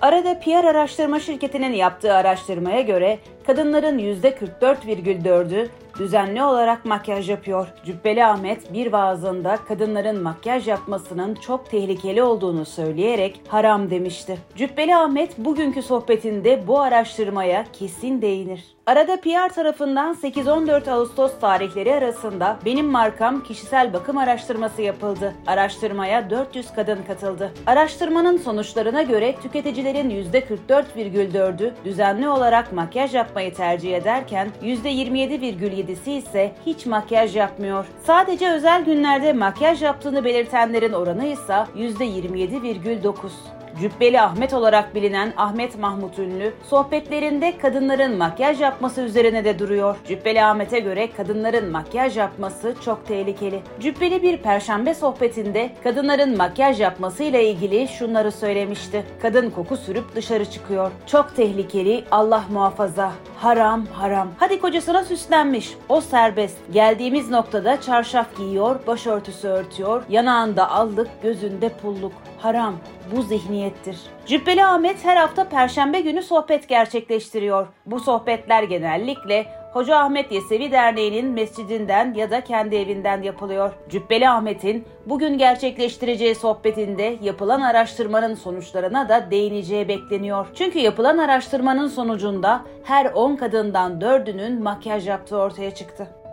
Arada PR araştırma şirketinin yaptığı araştırmaya göre kadınların %44,4'ü düzenli olarak makyaj yapıyor. Cübbeli Ahmet bir vaazında kadınların makyaj yapmasının çok tehlikeli olduğunu söyleyerek haram demişti. Cübbeli Ahmet bugünkü sohbetinde bu araştırmaya kesin değinir. Arada PR tarafından 8-14 Ağustos tarihleri arasında Benim Markam kişisel bakım araştırması yapıldı. Araştırmaya 400 kadın katıldı. Araştırmanın sonuçlarına göre tüketicilerin %44,4'ü düzenli olarak makyaj yapmayı tercih ederken %27,7'si ise hiç makyaj yapmıyor. Sadece özel günlerde makyaj yaptığını belirtenlerin oranı ise %27,9. Cübbeli Ahmet olarak bilinen Ahmet Mahmut Ünlü, sohbetlerinde kadınların makyaj yapması üzerine de duruyor. Cübbeli Ahmet'e göre kadınların makyaj yapması çok tehlikeli. Cübbeli bir perşembe sohbetinde kadınların makyaj yapmasıyla ilgili şunları söylemişti. Kadın koku sürüp dışarı çıkıyor. Çok tehlikeli, Allah muhafaza. Haram, haram. Hadi kocasına süslenmiş, o serbest. Geldiğimiz noktada çarşaf giyiyor, başörtüsü örtüyor, yanağında allık, gözünde pulluk. Haram. Bu zihniyettir. Cübbeli Ahmet her hafta Perşembe günü sohbet gerçekleştiriyor. Bu sohbetler genellikle Hoca Ahmet Yesevi Derneği'nin mescidinden ya da kendi evinden yapılıyor. Cübbeli Ahmet'in bugün gerçekleştireceği sohbetinde yapılan araştırmanın sonuçlarına da değineceği bekleniyor. Çünkü yapılan araştırmanın sonucunda her 10 kadından 4'ünün makyaj yaptığı ortaya çıktı.